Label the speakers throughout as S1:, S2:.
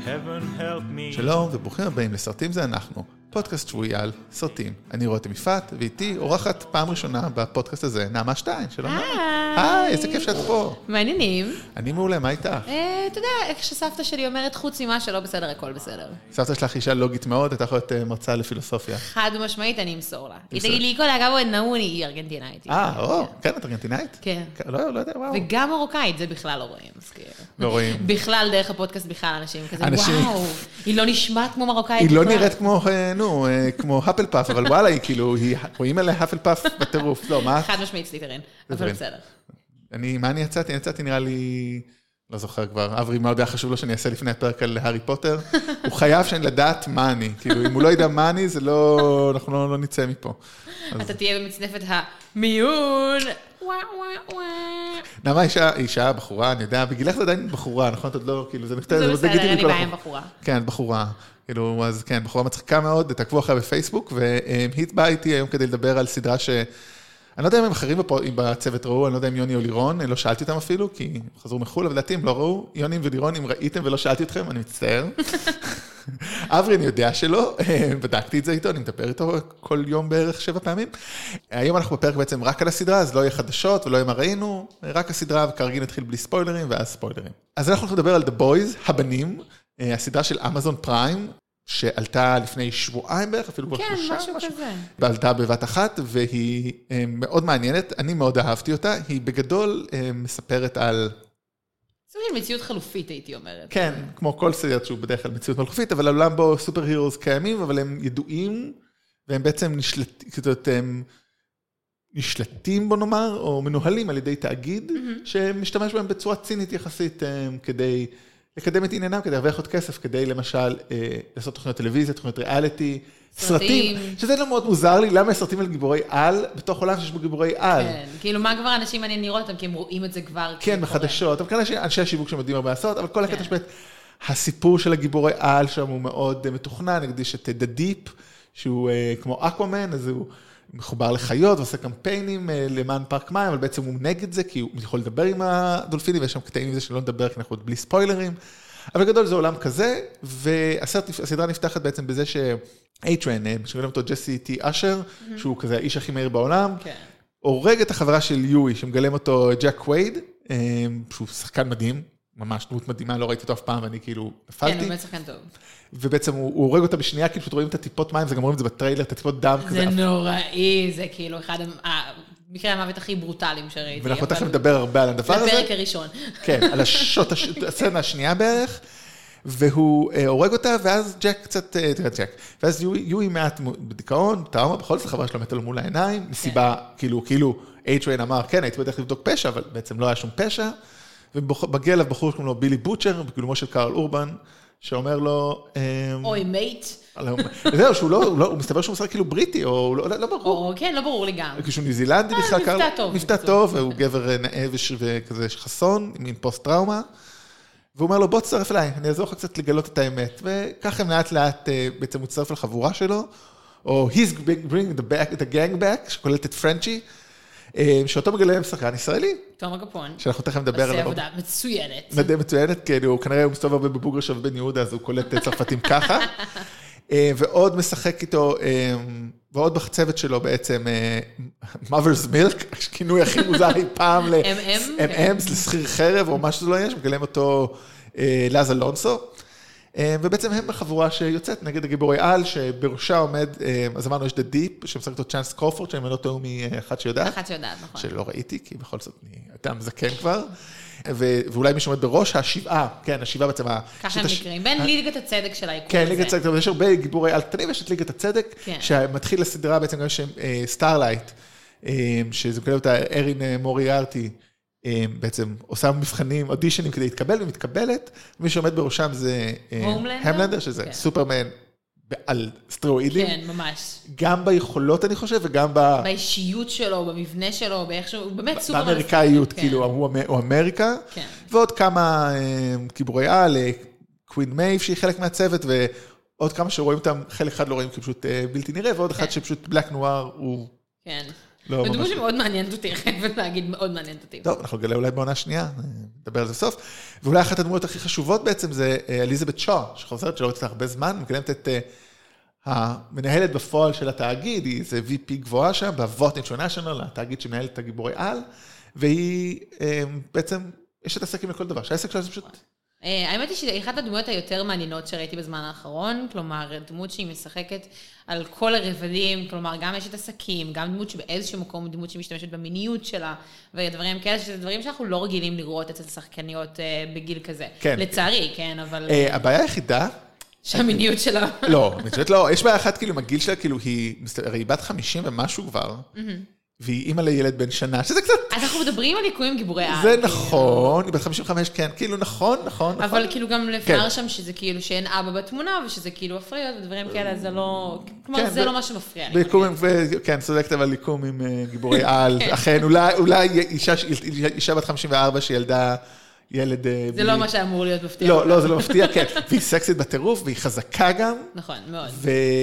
S1: heaven help me.
S2: שלום וברוכים הבאים לסרטים זה אנחנו, פודקאסט שבועי על סרטים. אני רותם יפעת, ואיתי אורחת פעם ראשונה בפודקאסט הזה, נעמה שטיין, שלום. היי, איזה כיף שאת פה.
S3: מעניינים.
S2: אני מעולה, מה איתך?
S3: אתה יודע, איך שסבתא שלי אומרת, חוץ ממה שלא בסדר, הכל בסדר.
S2: סבתא שלך אישה לוגית מאוד, אתה יכול להיות מרצה לפילוסופיה.
S3: חד משמעית, אני אמסור לה. היא תגיד לי, כל אגב, נאוני, היא ארגנטינאית.
S2: כן, את ארגנטינאית?
S3: כן.
S2: לא יודע, וואו.
S3: וגם מרוקאית, זה בכלל לא רואים.
S2: לא רואים.
S3: בכלל, דרך הפודקאסט, בכלל אנשים כזה, וואו, היא לא נשמעת כמו מרוקאית.
S2: היא לא נראית כמו הפל פאף, אבל וואלה, היא כאילו, רואים עליה הפל פאף בטירוף. לא, מה?
S3: חד משמעית סליטרין, אבל בסדר.
S2: מה אני יצאתי? אני יצאתי נראה לי, לא זוכר כבר, אברי מאוד היה חשוב לו שאני אעשה לפני הפרק על הארי פוטר. הוא חייב שאני לדעת מה אני. כאילו, אם הוא לא ידע מה אני, זה לא, אנחנו לא נצא מפה.
S3: אתה תהיה במצנפת המיון.
S2: נעמה אישה, בחורה, אני יודע, בגילך זה עדיין בחורה, נכון? עוד לא, כאילו, זה
S3: בסדר, אני בעיה עם בחורה.
S2: כן, בחורה. כאילו, אז כן, בחורה מצחיקה מאוד, תעקבו אחריה בפייסבוק, והיא באה איתי היום כדי לדבר על סדרה אני לא יודע אם הם אחרים בצוות ראו, אני לא יודע אם יוני או לירון, לא שאלתי אותם אפילו, כי הם חזרו מחול, אבל דעתי הם לא ראו. יוני ולירון, אם ראיתם ולא שאלתי אתכם, אני מצטער. אברי, אני יודע שלא, בדקתי את זה איתו, אני מדבר איתו כל יום בערך 7 פעמים. היום אנחנו בפרק בעצם רק על הסדרה, אז לא יהיה חדשות ולא יהיה מה ראינו, רק הסדרה, וכרגיל נתחיל בלי ספוילרים, ואז ספוילרים. אז אנחנו נדבר על The Boys, הבנים, הסדרה של אמזון פריים, שעלתה לפני שבועיים בערך, אפילו
S3: כן, משהו כזה.
S2: ועלתה בבת אחת, והיא מאוד מעניינת, אני מאוד אהבתי אותה, היא בגדול מספרת על...
S3: זה מציאות חלופית, הייתי אומרת.
S2: כן, כמו כל סרט שהוא בדרך כלל מציאות חלופית, אבל העולם בו סופר הירוס קיימים, אבל הם ידועים, והם בעצם נשלטים, בוא נאמר, או מנוהלים על ידי תאגיד, שמשתמש בהם בצורה צינית יחסית, כדי... לקדם את עניינם, כדי להרוויח עוד כסף, כדי למשל לעשות תוכניות טלוויזיה, תוכניות ריאליטי, סרטים, שזה לא מאוד מוזר לי, למה יש סרטים על גיבורי על, בתוך עולם שיש בו גיבורי על.
S3: כן, כאילו מה כבר אנשים מעניין לראות אותם, כי הם רואים את זה כבר.
S2: כן, בחדשות, אבל כאן אנשי השיווק שמדעים הרבה לעשות, אבל כל הקטע שבאת, הסיפור של הגיבורי על שם הוא מאוד מתוכנן, נקדיש את The Deep, שהוא כמו אקוואמן, אז הוא מחובר לחיות, ועושה קמפיינים למען פארק מים, אבל בעצם הוא נגד זה, כי הוא יכול לדבר עם הדולפינים, ויש שם קטעים עם זה שלא נדבר, כי אנחנו עוד בלי ספוילרים. אבל גדול זה עולם כזה, והסדרה נפתחת בעצם בזה ש-A-Train, שקוראים אותו ג'סי טי אשר, שהוא כזה האיש הכי מהיר בעולם, הורג את החברה של יואי, שמגלם אותו ג'ק קווייד, שהוא שחקן מדהים, ממש דמות מדהימה, לא ראיתי אותו אף פעם, ואני כאילו נפלתי.
S3: כן, הוא באמת שחקן טוב.
S2: ובעצם הוא הורג אותה בשנייה, כאילו פשוט רואים את הטיפות מים, זה גם רואים את זה בטריילר, את הטיפות דם כזה.
S3: זה נוראי, זה כאילו אחד מקרה המוות הכי ברוטליים שראיתי.
S2: ואנחנו תכף נדבר הרבה על הדבר הזה.
S3: לפרק הראשון. כן,
S2: על הסצנה השנייה בערך, והוא הורג אותה, ואז ג'ק קצת, ואז יואי מעט בדיכאון, טראומה, בכל זאת החברה שלו מתה לו מול העיניים, מסיבה, כאילו, A-Train אמר, כן, הייתי בדרך לבדוק פשע, אבל בעצם לא היה שום פשע, ובגיע אליו בחור שקוראים לו בילי בוטשר, בגילומו של קארל אורבן, שאומר לו...
S3: אוי, מייט.
S2: זהו, שהוא לא, הוא מסתבר שהוא משחק כאילו בריטי, או לא ברור.
S3: כן, לא ברור לי גם.
S2: כשהוא ניו זילנדי בכלל,
S3: מבטא טוב.
S2: מבטא טוב, והוא גבר נאה וכזה חסון, עם פוסט טראומה, והוא אומר לו, בוא תצטרף אליי, אני אעזור לך קצת לגלות את האמת, וכך הם לאט לאט בעצם הוא תצטרף לחבורה שלו, או he's bringing the gang back, שכוללת את פרנצ'י, שאותו מגלם שחקן ישראלי.
S3: תומר גפון.
S2: שאנחנו תכף נדבר עליו.
S3: עושה עבודה מצוינת.
S2: מצוינת, כי הוא כנראה הוא מסתובב הרבה בבוגרש ובן יהודה, אז הוא קולט צרפתים ככה. ועוד משחק איתו, ועוד בצוות שלו בעצם, Mother's Milk, כינוי הכי מוזר אי פעם ל-M&M, לסחיר חרב, או מה שזה לא יש, מגלם אותו לאז אלונסו. ובעצם הם בחבורה שיוצאת נגד הגיבורי על, שבראשה עומד, אז אמרנו, יש The Deep, שמשחק אותו צ'אנס קרופורד, שאני לא טועה מאחת שיודעת.
S3: אחת שיודעת, נכון.
S2: שלא ראיתי, כי בכל זאת אני אדם זקן כבר. ואולי מי שעומד בראש, השבעה, כן, השבעה בעצם.
S3: ככה הם נקראים, בין ליגת הצדק של היקום הזה.
S2: כן, ליגת הצדק, יש הרבה גיבורי על קטנים, יש את ליגת הצדק, שמתחיל לסדרה בעצם גם שם סטארלייט, שזה כולל אותה ארין מוריארטי, בעצם עושה מבחנים, אודישנים כדי להתקבל ומתקבלת, ומי שעומד בראשם זה המלנדר, שזה סופרמן על סטרואידים.
S3: כן, ממש.
S2: גם ביכולות אני חושב, וגם
S3: באישיות שלו, במבנה שלו, באיכשהו, הוא באמת סופרמן.
S2: באמריקאיות, כאילו, הוא אמריקה, ועוד כמה גיבורי על, קווין מייב שהיא חלק מהצוות, ועוד כמה שרואים אותם, חלק אחד לא רואים כי פשוט בלתי נראה, ועוד אחד שפשוט בלק נואר הוא...
S3: כן.
S2: לא
S3: ודמות
S2: ממש.
S3: שמאוד מעניינת אותי, חייבת להגיד, מאוד מעניינת אותי.
S2: טוב, אנחנו נגלה אולי בעונה שנייה, נדבר על זה סוף. ואולי אחת הדמויות הכי חשובות בעצם זה אליזבת שו, שחוזרת שלא ראיתי הרבה זמן, מקדמת את המנהלת בפועל של התאגיד, היא איזה VP גבוהה שם, ב-Vought International, התאגיד שמנהל את הגיבורי על, והיא בעצם, יש את עסקים לכל דבר, שהעסק שלה זה פשוט...
S3: האמת היא שהיא אחת הדמויות היותר מעניינות שראיתי בזמן האחרון, כלומר, דמות שהיא משחקת על כל הרבדים, כלומר, גם יש את עסקים, גם דמות שבאיזשהו מקום, דמות שמשתמשת במיניות שלה, ודברים כאלה, שזה דברים שאנחנו לא רגילים לראות אצל שחקניות בגיל כזה.
S2: כן.
S3: לצערי, כן, אבל...
S2: הבעיה היחידה...
S3: שהמיניות שלה...
S2: לא, באמת לא, יש בעיה אחת, כאילו, מגיל שלה, כאילו, הרי היא בת 50 ומשהו כבר, והיא אימא לילד בן שנה, שזה קצת...
S3: אז אנחנו מדברים על ליקויים גיבורי על.
S2: זה נכון, היא בת 55, כן, כאילו, נכון.
S3: אבל כאילו גם לפער שם שזה כאילו שאין אבא בתמונה, ושזה כאילו הפריות ודברים כאלה, זה לא... כלומר, זה לא מה שמפריע לי.
S2: כן, צודקת אבל ליקום עם גיבורי על, אכן, אולי אישה בת 54 שילדה ילד...
S3: זה לא מה שאמור להיות מפתיע.
S2: לא, זה לא מפתיע, כן. והיא סקסית בטירוף, והיא חזקה גם.
S3: נכון, מאוד.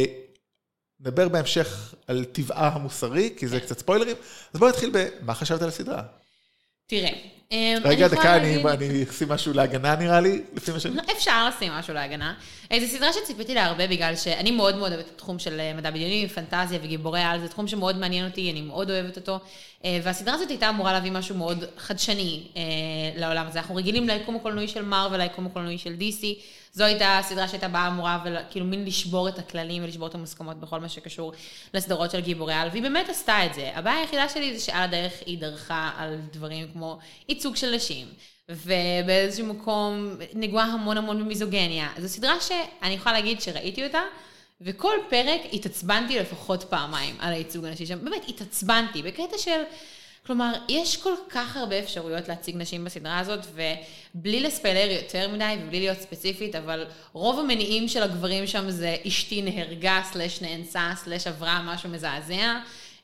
S2: נדבר בהמשך על טבעה המוסרי, כי זה קצת ספוילרים. אז בואו נתחיל במה חשבת על הסדרה.
S3: תראה.
S2: רגע, דקה, אני אשים משהו להגנה נראה לי, לפי מה שאני...
S3: אפשר לשים משהו להגנה. זו סדרה שציפיתי לה הרבה בגלל שאני מאוד מאוד אוהבת את התחום של מדע בדיוני, פנטזיה וגיבורי על, זה תחום שמאוד מעניין אותי, אני מאוד אוהבת אותו. והסדרה הזאת הייתה אמורה להביא משהו מאוד חדשני לעולם הזה. אנחנו רגילים ליקום הקולנועי של מארוול, ליקום הקולנועי של DC. זו הייתה סדרה שהייתה באה אמורה, וכאילו מין לשבור את הכללים ולשבור את המוסכמות בכל מה שקשור לסדרות של גיבורי על, והיא באמת עשתה את זה. הבעיה היחידה שלי זה שעל הדרך היא דרכה על דברים כמו ייצוג של נשים, ובאיזשהו מקום נגועה המון במיזוגניה. זו סדרה שאני יכולה להגיד שראיתי אותה, וכל פרק התעצבנתי לפחות פעמיים על הייצוג הנשי שם. באמת, התעצבנתי בקטע של... כלומר, יש כל כך הרבה אפשרויות להציג נשים בסדרה הזאת, ובלי לספיילר יותר מדי, ובלי להיות ספציפית, אבל רוב המניעים של הגברים שם זה אשתי נהרגה, נאנסה, עברה משהו מזעזע,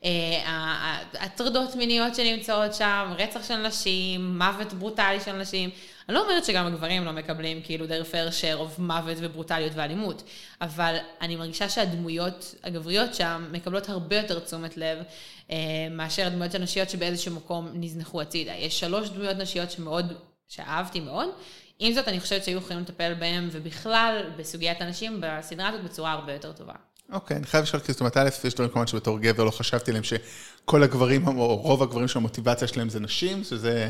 S3: הטרדות מיניות שנמצאות שם, רצח של נשים, מוות ברוטלי של נשים. אני לא אומרת שגם הגברים לא מקבלים כאילו their fair share of מוות וברוטליות ואלימות, אבל אני מרגישה שהדמויות הגבריות שם מקבלות הרבה יותר תשומת לב, מאשר הדמויות הנשיות שבאיזשהו מקום נזנחו הצידה. יש 3 דמויות נשיות שאהבתי מאוד, עם זאת אני חושבת שהיו יכולים לטפל בהם, ובכלל בסוגיית הנשים בסדרה הזאת בצורה הרבה יותר טובה.
S2: אוקיי, אני חייב לשאול, כי זאת אומרת, א', יש דברים כמובן שבתור גבר לא חשבתי עליהם שכל הגברים, או רוב הגברים שהמוטיבציה שלהם זה נשים, שזה...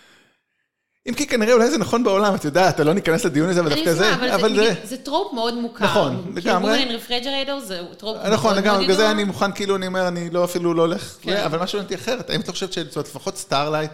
S2: אם כי כנראה אולי זה נכון בעולם, את יודעת, לא ניכנס לדיון הזה ודווקא זה, אבל
S3: זה טרופ מאוד מוכר.
S2: נכון, לגמרי.
S3: כאילו, in refrigerator זה טרופ מאוד
S2: נכון,
S3: מאוד
S2: לגמרי,
S3: ידוע.
S2: בגלל זה אני מוכן, כאילו, אני אומר, אני לא אפילו לא הולך, אבל משהו נתי אחרת, האם אתה חושבת שלפחות סטארלייט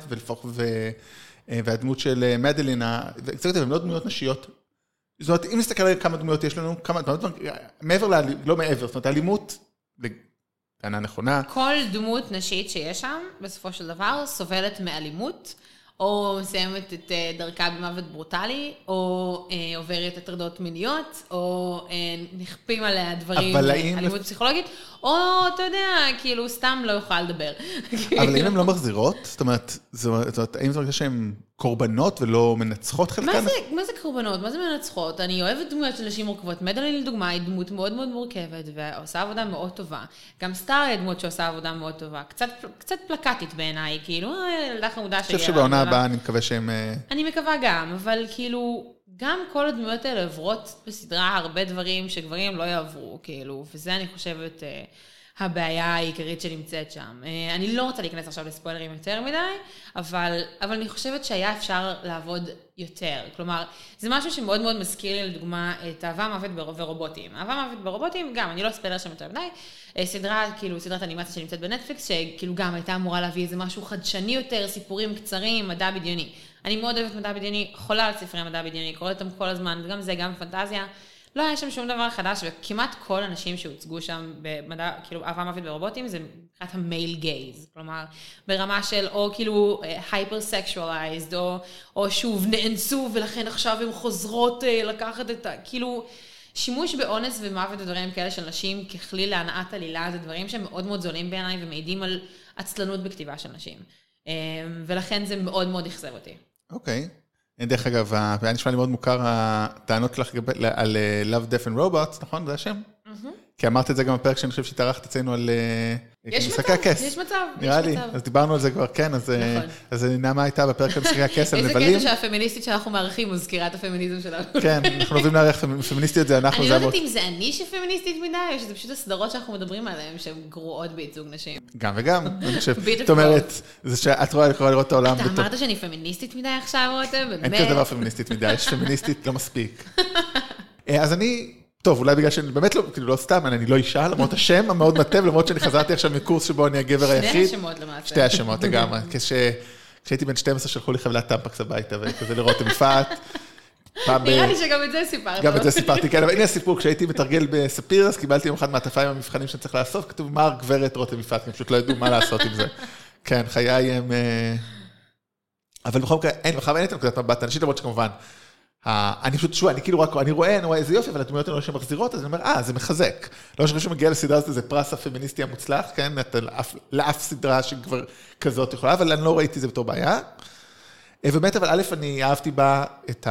S2: והדמות של מדלין, הם לא דמויות נשיות, זאת אומרת, אם נסתכל על כמה דמויות יש לנו, מעבר, לא מעבר, זאת אומרת, האלימות, טענה נכונה.
S3: כל דמות נשית שיש שם, בסופו של דבר, סובלת מאלימות, או מסיימת את דרכה במוות ברוטלי, או עוברת הטרדות מיניות, או נכפים עליה דברים, אלימות פסיכולוגית, או אתה יודע, כאילו סתם לא יוכל לדבר.
S2: אבל אם הן לא מחזירות, זאת אומרת, האם זה מרגיש שהן קורבנות ולא מנצחות חלקן?
S3: מה זה קורבנות? מה זה מנצחות? אני אוהבת דמויות של נשים מורכבות. מדלין לדוגמה היא דמות מאוד מאוד מורכבת, ועושה עבודה מאוד טובה. גם סטאר היא דמות שעושה עבודה מאוד טובה. קצת פלקטית בעיניי, כאילו, ילדה חמודה
S2: אני חושב שבעונה הבאה אני מקווה שהם...
S3: אני מקווה גם, אבל כאילו, גם כל הדמויות האלה עוברות בסדרה הרבה דברים שגברים לא יעברו, כאילו, וזה אני חושבת הבעיה העיקרית שנמצאת שם. אני לא רוצה להיכנס עכשיו לספוילרים יותר מדי, אבל אני חושבת שהיה אפשר לעבוד יותר. כלומר, זה משהו שמאוד מאוד מזכיר לי, לדוגמה, את אהבה מוות ורובוטים. אהבה מוות ורובוטים, גם, אני לא ספיילר שם יותר מדי, סדרת אנימציה שנמצאת בנטפליקס, שכאילו גם הייתה אמורה להביא איזה משהו חדשני יותר, סיפורים קצרים, מדע בדיוני. אני מאוד אוהבת מדע בדיוני, חולה על ספרי מדע בדיוני, קוראת אותם כל הזמן, וגם זה, גם פנטזיה. לא היה שם שום דבר חדש, וכמעט כל האנשים שהוצגו שם במדע, כאילו, אהבה מוות ורובוטים, זה מבחינת המייל גייז. כלומר, ברמה של, או כאילו, hyper-sexualized, או שוב, נאנסו, ולכן עכשיו הן חוזרות לקחת את כאילו, שימוש באונס ומוות ודברים כאלה של נשים, ככלי להנעת עלילה, זה דברים שהם מאוד מאוד זולים בעיניי, ומעידים על עצלנות בכתיבה של נשים. ולכן זה מאוד מאוד אכזב אותי.
S2: אוקיי. דרך אגב, היה נשמע לי מאוד מוכר הטענות לך על Love, Death and Robots, נכון? זה השם? כי אמרת את זה גם בפרק שאני חושב שהתארחת אצלנו על
S3: יש
S2: משחקי הכס.
S3: יש מצב.
S2: נראה לי, אז דיברנו על זה כבר, כן, אז נעמה הייתה בפרק של משחקי הכס על נבלים.
S3: איזה קטע שהפמיניסטית שאנחנו מערכים מזכירה את הפמיניזם שלנו.
S2: כן, אנחנו אוהבים להערך פמיניסטיות, זה אנחנו.
S3: אני לא יודעת אם זה אני שפמיניסטית מדי, או שזה פשוט הסדרות שאנחנו מדברים עליהן, שהן גרועות בייצוג נשים.
S2: גם וגם, אני חושב. זאת אומרת, זה שאת רואה לראות את העולם.
S3: אתה אמרת שאני פמיניסטית מדי עכשיו, רותם?
S2: אין כזה דבר פמיניסטית מדי, יש פמיניסטית לא מספיק. אז אני, טוב, אולי בגלל שאני באמת לא, כאילו לא סתם, אני לא אישה, למרות השם המאוד מטב, למרות שאני חזרתי עכשיו מקורס שבו אני הגבר היחיד.
S3: שני השמות למעשה.
S2: שתי השמות לגמרי. כשהייתי בן 12 שלחו לי חבילת טמפקס הביתה, וכזה לראות עם יפעת.
S3: נראה לי שגם את זה סיפרת.
S2: גם את זה סיפרתי, כן, אבל הנה הסיפור, כשהייתי מתרגל בספיר, אז קיבלתי יום אחד מעטפה עם המבחנים שאני צריך לעשות, כתוב מר גברת רותם יפעת, כי פשוט לא ידעו מה לעשות עם זה. כן, חיי הם... אבל בכל מקרה, אין את נקודת מבט אנשית, למרות שכמובן, אני פשוט, שוב, אני כאילו רק, אני רואה איזה יופי, אבל הדמויות האלה שמחזירות, אז אני אומר, זה מחזק. לא שחושב שמגיע לסדרה הזאת, זה פרס הפמיניסטי המוצלח, כן, לאף סדרה שכבר כזאת יכולה, אבל אני לא ראיתי זה בתור בעיה. ובאמת, אבל א', אני אהבתי בה את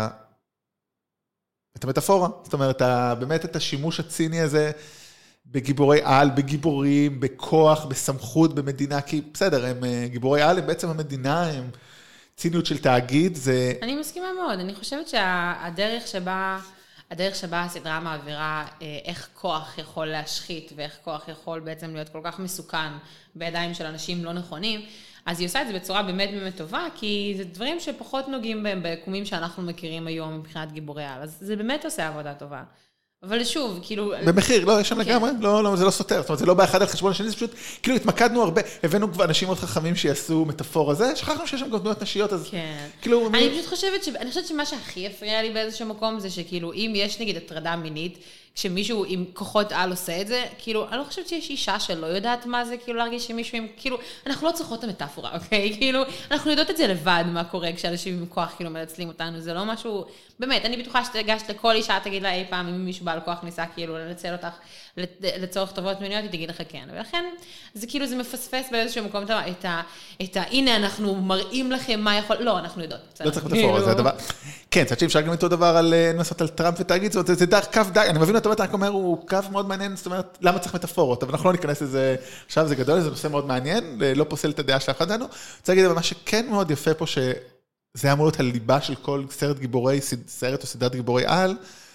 S2: המטאפורה, זאת אומרת, באמת את השימוש הציני הזה, בגיבורי על, בגיבורים, בכוח, בסמכות, במדינה, כי בסדר, הם גיבורי על, הם בעצם המדינה, הם ציניות של תאגיד, זה...
S3: אני מסכימה מאוד, אני חושבת שהדרך שבה הסדרה מעבירה איך כוח יכול להשחית, ואיך כוח יכול בעצם להיות כל כך מסוכן בידיים של אנשים לא נכונים, אז היא עושה את זה בצורה באמת באמת טובה, כי זה דברים שפחות נוגעים בהם ביקומים שאנחנו מכירים היום מבחינת גיבורי על, אז זה באמת עושה עבודה טובה. אבל שוב, כאילו...
S2: במחיר, לא, יש שם לגמרי, לא, זה לא סותר, זאת אומרת, זה לא באחד על חשבון השני, זה פשוט, כאילו, התמקדנו הרבה, הבאנו כבר אנשים מאוד חכמים שיעשו מטאפורה הזה, שכחנו שיש שם גם דמויות נשיות, אז כאילו...
S3: אני פשוט חושבת שמה שהכי הפריע לי באיזשהו מקום, זה שכאילו, אם יש נגיד הטרדה מינית, כשמישהו עם כוחות על עושה את זה, כאילו, אני לא חושבת שיש אישה שלא יודעת מה זה, כאילו, להרגיש שמישהו עם, כאילו, אנחנו לא צריכות את המטאפורה, אוקיי? כאילו, אנחנו יודעות את זה לבד, מה קורה כשאנשים עם כוח, כאילו, מנצלים אותנו, זה לא משהו, באמת, אני בטוחה שתגשת לכל אישה, תגיד לה אי פעם, אם מישהו בעל כוח ניסה, כאילו, לנצל אותך לצורך טובות מיניות, היא תגיד לך כן. ולכן, זה כאילו, זה מפספס באיזשהו מקום, הנה, אנחנו מראים לכם מה יכול, לא, אנחנו יודעות.
S2: לא צריך מטאפורה, זה הדבר. כן, צד שאפשר גם אותו דבר על לנסות על טראמפ ותאגיד, זאת אומרת, זה דרך קו די, אני מבין את אומרת, אני אומר, הוא קו מאוד מעניין, זאת אומרת, למה צריך מטאפורות, אבל אנחנו לא ניכנס לזה, עכשיו זה גדול, זה נושא מאוד מעניין, לא פוסל את הדעה של אחד לנו. רוצה להגיד, אבל מה שכן מאוד יפה פה, שזה אמור להיות הליבה של כל סרט או סדרת גיבורי על,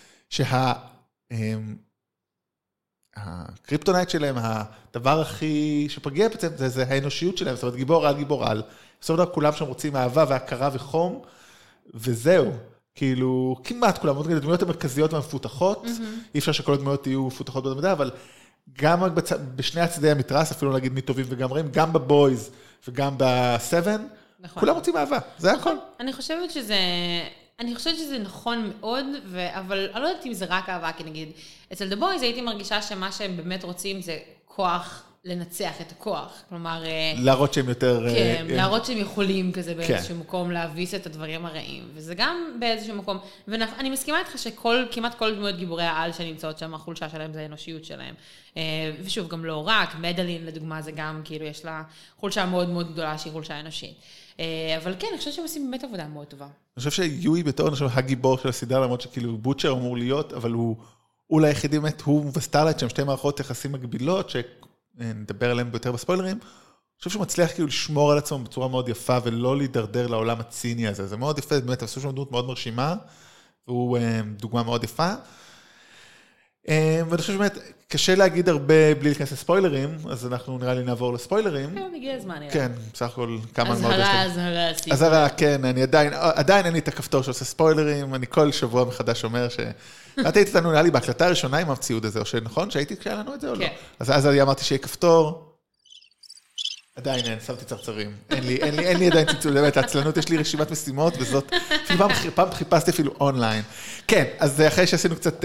S2: הקריפטונייט שלהם, הדבר הכי שפגיע בעצם, זה האנושיות שלהם, זאת אומרת, גיבור על, גיבור על. בסופו של דבר, כולם שם רוצים אהבה והכרה וחום, וזהו. כאילו, כמעט כולם, הדמויות המרכזיות והמפותחות, אי אפשר שכל הדמויות יהיו מפותחות במדע, אבל גם בשני הצדדי המתרס, אפילו נגיד מי טובים וגם רעים, גם בבויז וגם בסבן, כולם רוצים אהבה, זה הכל.
S3: אני חושבת שזה נכון מאוד, אבל אני לא יודעת אם זה רק אהבה, כי נגיד, אצל The Boys הייתי מרגישה שמה שהם באמת רוצים זה כוח לנצח את הכוח. כלומר...
S2: להראות שהם יותר...
S3: כן, להראות שהם יכולים כזה באיזשהו מקום להביס את הדברים הרעים. וזה גם באיזשהו מקום... ואני מסכימה איתך שכמעט כל דמויות גיבורי העל שנמצאות שם, החולשה שלהם זה האנושיות שלהם. ושוב, גם לא רק, מדלין לדוגמה זה גם, כאילו יש לה חולשה מאוד מאוד גדולה שהיא חולשה אנושית. אבל כן, אני חושבת שהם עושים באמת עבודה מאוד טובה.
S2: אני חושב שיואי בתור הגיבור של הסדרה, למרות שכאילו בוטשר אמור להיות, אבל הוא אולי היחידי באמת, הוא וסטארלייט שהם שתי מערכות יחסים מגבילות, שנדבר עליהם יותר בספוילרים, אני חושב שהוא מצליח כאילו לשמור על עצמו בצורה מאוד יפה, ולא להידרדר לעולם הציני הזה. זה מאוד יפה, באמת, עשו שם דמות מאוד מרשימה, והוא דוגמה מאוד יפה. ואני חושב שבאמת, קשה להגיד הרבה בלי להיכנס לספוילרים, אז אנחנו נראה לי נעבור לספוילרים.
S3: כן, הגיע הזמן.
S2: כן, בסך הכל כמה מאוד...
S3: הזהרה,
S2: כן, אני עדיין אין לי את הכפתור שעושה ספוילרים, אני כל שבוע מחדש אומר ש... את היית לנו, נראה לי, בהקלטה הראשונה עם הציוד הזה, או שנכון, שהייתי כשהיה לנו את זה או לא? אז אני אמרתי שיהיה כפתור. עדיין אין, שמתי צרצרים. אין לי עדיין ציצול, באמת, העצלנות, יש לי רשימת משימות, וזאת, פעם חיפשתי אפילו אונליין. כן, אז אחרי שעשינו קצת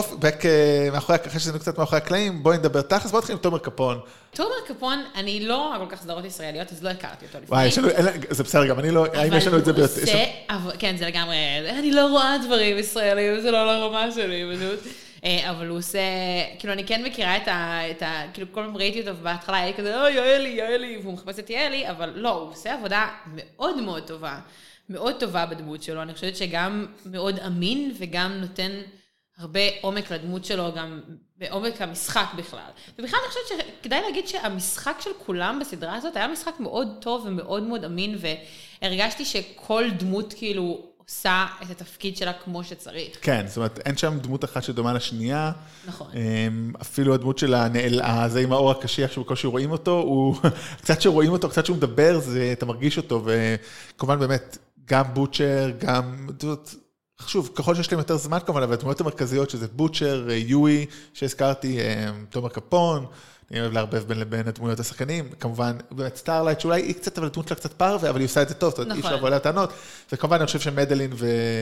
S2: אחרי שעשינו קצת מאחורי הקלעים, בואי נדבר תכלס, בואי נתחיל עם תומר קפון.
S3: תומר קפון, אני לא כל כך סדרות ישראליות, אז לא הכרתי אותו לפני.
S2: וואי, זה בסדר גם, אני לא, האם יש לנו את זה ביותר?
S3: כן, זה לגמרי, אני לא רואה דברים ישראלים, זה לא לרמה שלי, פשוט. אבל הוא עושה, כאילו אני כן מכירה כאילו כל פעם ראיתי אותו בהתחלה, היה לי כזה, יאלי, והוא מחפש את יאלי, אבל לא, הוא עושה עבודה מאוד מאוד טובה, מאוד טובה בדמות שלו, אני חושבת שגם מאוד אמין וגם נותן הרבה עומק לדמות שלו, גם בעומק המשחק בכלל. ובכלל אני חושבת שכדאי להגיד שהמשחק של כולם בסדרה הזאת היה משחק מאוד טוב ומאוד מאוד אמין, והרגשתי שכל דמות כאילו עושה את התפקיד שלה כמו שצריך.
S2: כן, זאת אומרת, אין שם דמות אחת שדומה לשנייה.
S3: נכון.
S2: אפילו הדמות של הזה עם האור הקשיח, שבקושי רואים אותו, הוא קצת שרואים אותו, קצת שהוא מדבר, אתה מרגיש אותו, וכמובן באמת, גם בוטשר, גם, חשוב, ככל שיש להם יותר זמן כמובן, אבל הדמויות המרכזיות, שזה בוטשר, יואי, שהזכרתי, תומר קפון, אני אוהב להרבב בין לבין הדמויות השחקנים, כמובן, באמת סטארלייט, שאולי היא קצת, אבל הדמות שלה קצת פרווה, אבל היא עושה את זה טוב, זאת אומרת, אי אפשר לבוא עליה טענות, וכמובן, אני חושב שמדלין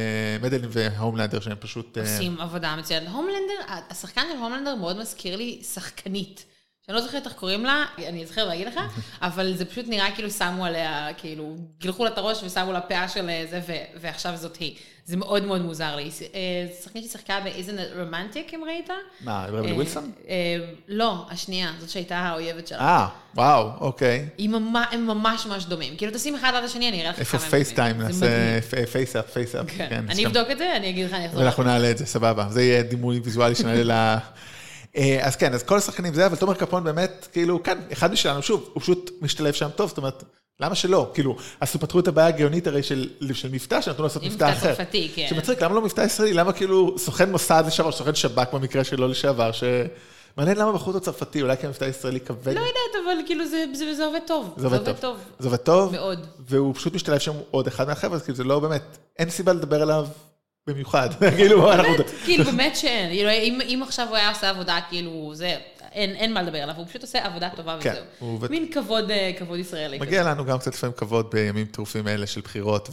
S2: והומלנדר, שהם פשוט
S3: עושים עבודה מצוינת. הומלנדר, השחקן של הומלנדר מאוד מזכיר לי שחקנית, שאני לא זוכרת איך קוראים לה, אני אזכר להגיד לך, אבל זה פשוט נראה כאילו שמו עליה, כאילו, גילחו לה את הראש ושמו לה פאה של זה, ועכשיו זאת היא. זה מאוד מאוד מוזר לי. שחקנית ששחקה ב-Isn't It Romantic, אם ראית?
S2: מה, רבלי ווילסון?
S3: לא, השנייה, זאת שהייתה האויבת שלה.
S2: וואו, אוקיי.
S3: הם ממש ממש דומים. כאילו, תשים אחד עד השני, אני אראה לך
S2: איפה פייסטיים, נעשה פייסאפ.
S3: אני אבדוק את זה, אני אגיד לך, אני אחזור.
S2: ואנחנו נעלה את זה, סבבה. זה יהיה דימוי ויזואלי שנעלה אז כן, אז כל השחקנים זה, אבל תומר קפון באמת, כאילו, כאן, אחד משלנו, שוב, הוא פשוט משתלב שם טוב, זאת אומרת, למה שלא? כאילו, אז הוא פתרו את הבעיה הגאונית הרי של מבטא, שנתנו לעשות מבטא אחר.
S3: מבטא צרפתי, כן.
S2: שמצחיק, למה לא מבטא ישראלי? למה כאילו סוכן מוסד לשעבר, סוכן שב"כ במקרה שלו לשעבר, מעניין למה בחרו אותו צרפתי, אולי כמבטא ישראלי כבד?
S3: לא יודעת, אבל כאילו זה עובד טוב.
S2: זה עובד טוב. זה עובד טוב.
S3: מאוד.
S2: והוא פשוט משתלב שם עוד אחד מהחבר'ה, אז כאילו זה לא באמת, אין סיבה לדבר עליו במיוחד. כאילו
S3: באמת שאין. אם עכשיו הוא היה עושה עבודה, כאילו זה, אין מה לדבר עליו, הוא פשוט עושה עבודה טובה וזהו. מין כבוד ישראלי.
S2: מגיע לנו גם קצת לפעמים כבוד בימים טרופים האלה של בחירות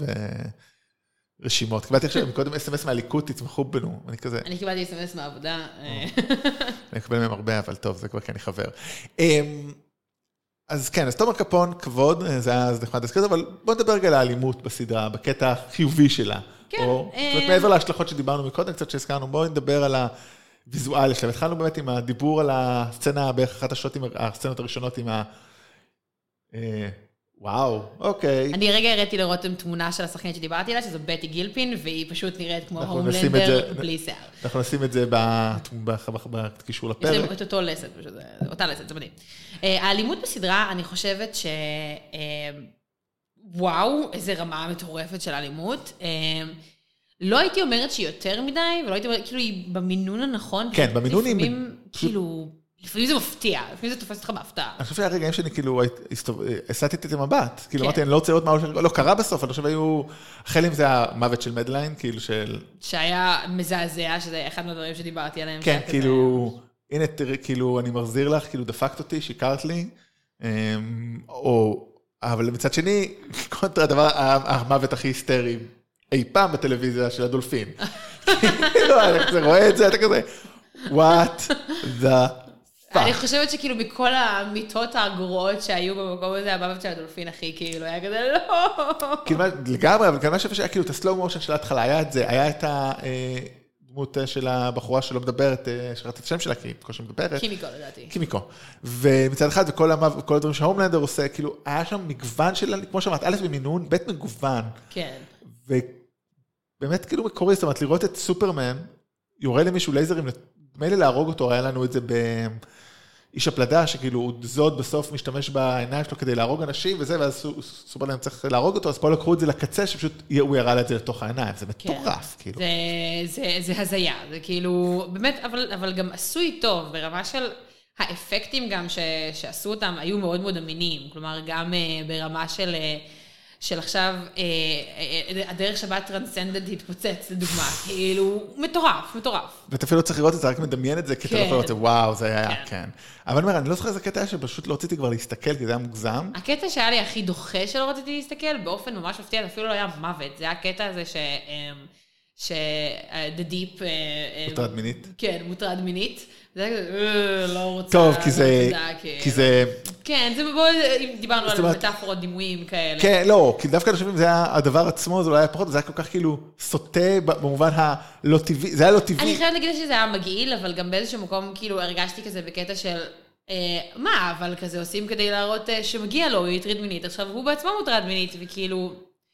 S2: ורשימות. קיבלתי עכשיו קודם SMS מהליכוד, תצמחו בנו, אני כזה.
S3: אני קיבלתי SMS מהעבודה.
S2: אני אקבל מהם הרבה, אבל טוב, זה כבר כי אני חבר. אז כן, אז תומר קפון, כבוד, זה היה נחמד להזכיר, אבל בוא נדבר רגע על האלימות בסדרה, בקטע החיובי שלה.
S3: כן.
S2: זאת אומרת, מעבר להשלכות שדיברנו מקודם, קצת שהזכרנו, בואו נדבר על הוויזואל שלה. התחלנו באמת עם הדיבור על הסצנה, בערך אחת הסצנות הראשונות עם וואו, אוקיי.
S3: אני רגע הראיתי לרותם תמונה של השחקנית שדיברתי עליה, שזו בטי גילפין, והיא פשוט נראית כמו הומלנדר בלי שיער.
S2: אנחנו נשים את זה בקישור לפרק.
S3: יש להם את אותו לסת, אותה לסת, זה מדהים. האלימות בסדרה, אני חושבת וואו, איזה רמה מטורפת של אלימות. לא הייתי אומרת שהיא יותר מדי, ולא הייתי אומרת, כאילו, היא במינון הנכון.
S2: כן, במינון היא...
S3: כאילו, לפעמים זה מפתיע, לפעמים זה תופס אותך בהפתעה.
S2: אני חושב שהיה רגעים שאני כאילו, הסעתי את המבט, כאילו אמרתי, אני לא רוצה לראות מה לא קרה בסוף, אני חושב היו, החל עם זה המוות של מדליין, כאילו של...
S3: שהיה מזעזע, שזה אחד מהדברים שדיברתי עליהם.
S2: כן, כאילו, הנה, כאילו, אני מחזיר לך, כאילו, דפקת אותי, שיקרת לי, אבל מצד שני, קונטרה, הדבר, המוות הכי היסטרי, אי פעם בטלוויזיה של הדולפין. כאילו, אני רואה את זה, אתה כזה, what the...
S3: אני חושבת שכאילו מכל המיטות הגרועות שהיו במקום הזה, המוות של הדולפין הכי כאילו היה כזה, לא.
S2: כאילו, לגמרי, אבל כמה שהיה כאילו את הסלואו מושן של ההתחלה, היה את זה, היה את הדמות של הבחורה שלא מדברת, שראת את השם שלה, כי בקושי מדברת.
S3: קימיקו, לדעתי.
S2: קימיקו. ומצד אחד, וכל הדברים שההומלנדר עושה, כאילו, היה שם מגוון של, כמו שאמרת, א' במינון, ב' מגוון.
S3: כן.
S2: ובאמת כאילו מקורי, זאת אומרת, לראות את סופרמן, יורה למישהו לייזרים, מילא להרוג אותו, היה לנו את זה באיש הפלדה, שכאילו הוא זוד בסוף משתמש בעיניים שלו כדי להרוג אנשים וזה, ואז סופרמן צריך להרוג אותו, אז פה לקחו את זה לקצה, שפשוט הוא ירה לה את זה לתוך העיניים, זה מטורף, כאילו.
S3: זה הזיה, זה כאילו, באמת, אבל גם עשוי טוב, ברמה של האפקטים גם שעשו אותם, היו מאוד מאוד אמינים, כלומר, גם ברמה של עכשיו, הדרך שבה טרנסנדנט התפוצץ, לדוגמה, כאילו, מטורף.
S2: ואתה אפילו צריך לראות את זה, רק מדמיין את זה, כי אתה לא יכול לראות את זה, וואו, זה היה, כן. אבל אני אומר, אני לא זוכר איזה קטע היה שפשוט לא רציתי כבר להסתכל, כי זה היה מוגזם.
S3: הקטע שהיה לי הכי דוחה שלא רציתי להסתכל, באופן ממש מפתיע, אפילו לא היה מוות, זה היה הקטע הזה The Deep...
S2: מוטרד מינית.
S3: כן, מוטרד מינית. זה לא רוצה...
S2: טוב, כי זה...
S3: כן, זה דיברנו על מטאפורות דימויים כאלה.
S2: כן, לא, כי דווקא אני חושב אם זה היה הדבר עצמו, זה לא היה פחות, זה היה כל כך כאילו סוטה במובן הלא טבעי, זה היה לא טבעי.
S3: אני חייבת להגיד שזה היה מגעיל, אבל גם באיזשהו מקום כאילו הרגשתי כזה בקטע של... מה, אבל כזה עושים כדי להראות שמגיע לו, הוא יטריד מינית. עכשיו, הוא בעצמו מוטרד מינית, וכאילו...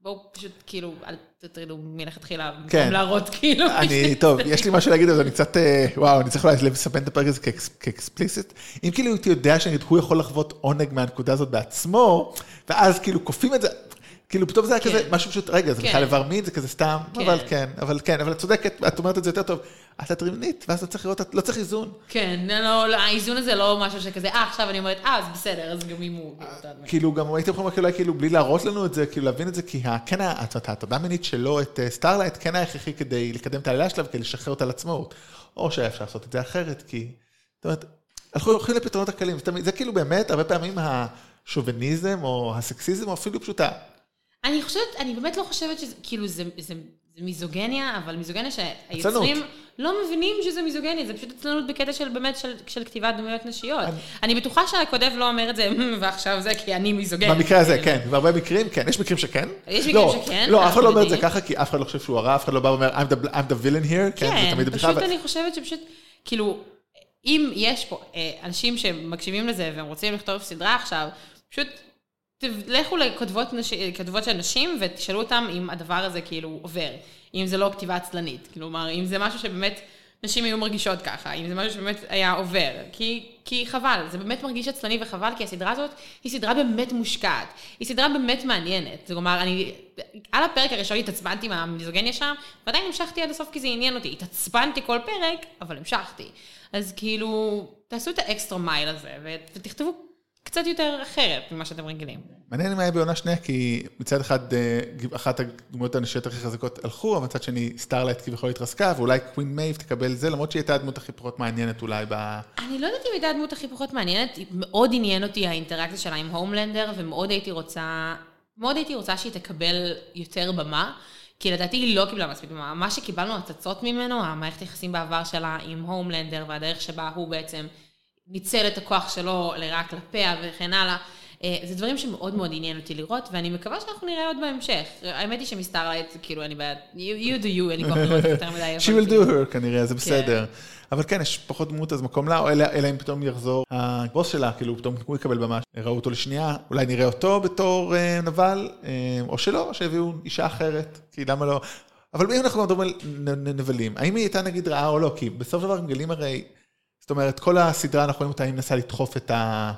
S3: בואו פשוט כאילו, אל תטרידו מלכתחילה,
S2: כן.
S3: במקום להראות כאילו.
S2: טוב, יש לי משהו להגיד, אז אני קצת, וואו, אני צריך לספן את הפרק הזה כאקספליסיט. אם כאילו הייתי יודע שהוא יכול לחוות עונג מהנקודה הזאת בעצמו, ואז כאילו כופים את זה, כאילו פתאום זה היה כזה, משהו פשוט, רגע, זה בכלל איבר מין, זה כזה סתם, אבל את צודקת, את אומרת את זה יותר טוב, את טרימינית, ואז לא צריך איזון.
S3: כן, האיזון הזה לא משהו שכזה, עכשיו אני אומרת, אז בסדר, אז גם אם הוא...
S2: כאילו, גם הייתם יכולים כאילו, בלי להראות לנו את זה, כאילו להבין את זה, כי כן, התודה מינית שלו, את סטארלייט, כן היה הכרחי כדי לקדם את העלילה שלה, וכדי לשחרר אותה לעצמאות, או שהיה אפשר לעשות את זה אחרת, כי, זאת אומרת, אנחנו הולכים לפתרונות הקלים, זה כאילו באמת, הרבה פעמים השוביניזם, או הסקסיזם, או אפילו פשוט
S3: אני באמת לא חושבת שזה, כאילו, זה מיזוגניה, אבל מיזוגניה שהיוצרים לא מבינים שזה מיזוגניה, זה פשוט עצלנות בקטע של באמת של כתיבת דמויות נשיות. אני בטוחה שהכותב לא אומר את זה, ועכשיו זה כי אני מיזוגניה.
S2: במקרה הזה, כן, בהרבה מקרים, כן, יש מקרים שכן.
S3: יש מקרים שכן.
S2: לא, אף אחד לא אומר את זה ככה, כי אף אחד לא חושב שהוא הרע, אף אחד לא בא ואומר, I'm the villain here,
S3: כן, פשוט אני חושבת שפשוט, כאילו, אם יש פה אנשים שמקשיבים לזה, והם רוצים לכתוב סדרה עכשיו, פשוט לכו לכתבות של נשים ותשאלו אותם אם הדבר הזה כאילו עובר, אם זה לא כתיבה עצלנית, כלומר, אם זה משהו שבאמת נשים היו מרגישות ככה, אם זה משהו שבאמת היה עובר, כי חבל, זה באמת מרגיש עצלני וחבל, כי הסדרה הזאת היא סדרה באמת מושקעת, היא סדרה באמת מעניינת, זאת אומרת, על הפרק הראשון התעצבנתי מהמיזוגניה שם, ועדיין המשכתי עד הסוף כי זה עניין אותי, התעצבנתי כל פרק, אבל המשכתי, אז כאילו, תעשו את האקסטרה מייל הזה, ותכתבו קצת יותר אחרת ממה שאתם רגילים.
S2: מעניין מה היה בעונה שנייה, כי מצד אחד, אחת הדמויות הנשיות הכי חזקות הלכו, אבל מצד שני, סטארלייט כביכול התרסקה, ואולי קווין מייב תקבל זה, למרות שהיא הייתה הדמות הכי פחות מעניינת אולי
S3: אני לא יודעת אם הייתה הדמות הכי פחות מעניינת, מאוד עניין אותי האינטראקציה שלה עם הומלנדר, ומאוד הייתי רוצה שהיא תקבל יותר במה, כי לדעתי היא לא קיבלה מספיק במה. מה שקיבלנו הצצות ממנו, המערכת יחסים בעבר שלה עם הומלנדר, והדרך שבה הוא בעצם ניצל את הכוח שלו לרעה כלפיה וכן הלאה. זה דברים שמאוד מאוד עניין אותי לראות, ואני מקווה שאנחנו נראה עוד בהמשך. האמת היא שמסטארלייט, כאילו, אני בעד, you do you, אין לי כוח לראות יותר מדי.
S2: She will do her, כנראה, זה בסדר. אבל כן, יש פחות דמות, אז מקום לה, אלא אם פתאום יחזור הבוס שלה, כאילו, פתאום הוא יקבל במה, ראו אותו לשנייה, אולי נראה אותו בתור נבל, או שלא, שהביאו אישה אחרת, כי למה לא? אבל אם אנחנו מדברים על נבלים, האם היא הייתה נגיד רעה או לא? כי בסוף דבר מגלים הרי, זאת אומרת, כל הסדרה אנחנו רואים אותה, היא מנסה לדחוף את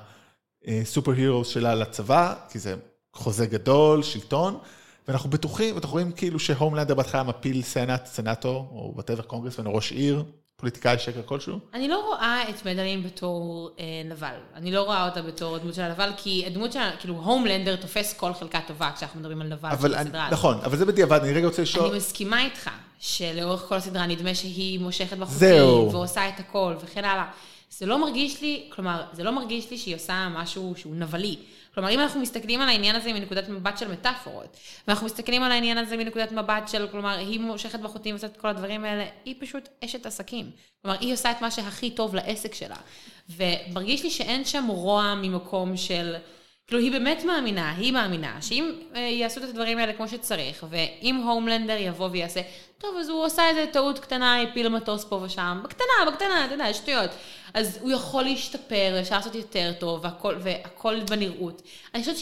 S2: הסופר הירוס שלה לצבא, כי זה חוזה גדול, שלטון, ואנחנו בטוחים, ואנחנו רואים כאילו שהומלנדר בהתחלה מפיל סנאטור, או whatever קונגרס, וראש עיר, פוליטיקאי שקר כלשהו.
S3: אני לא רואה את מדלין בתור נבל. אני לא רואה אותה בתור הדמות של הנבל, כי הדמות של, כאילו, הומלנדר תופס כל חלקה טובה כשאנחנו מדברים על נבל של הסדרה.
S2: נכון, אבל זה בדיעבד, אני רגע רוצה לשאול.
S3: אני מסכימה איתך, שלאורך כל הסדרה נדמה שהיא מושכת בחוקים, ועושה את הכל, וכן הלאה. זה לא מרגיש לי, כלומר, זה לא מרגיש לי שהיא עושה משהו שהוא נבלי. כלומר, אם אנחנו מסתכלים על העניין הזה מנקודת מבט של מטאפורות, ואנחנו מסתכלים על העניין הזה מנקודת מבט של, כלומר, היא מושכת בחוטים ועושה את כל הדברים האלה, היא פשוט אשת עסקים. כלומר, היא עושה את מה שהכי טוב לעסק שלה. ומרגיש לי שאין שם רוע ממקום של, כאילו, היא באמת מאמינה, היא מאמינה, שאם יעשו את הדברים האלה כמו שצריך, ואם הומלנדר יבוא ויעשה, טוב, אז הוא עושה איזה טעות קטנה, יפיל מטוס פה ושם, בקטנה, אתה יודע, שטויות. אז הוא יכול להשתפר, אפשר לעשות יותר טוב, והכל בנראות. אני חושבת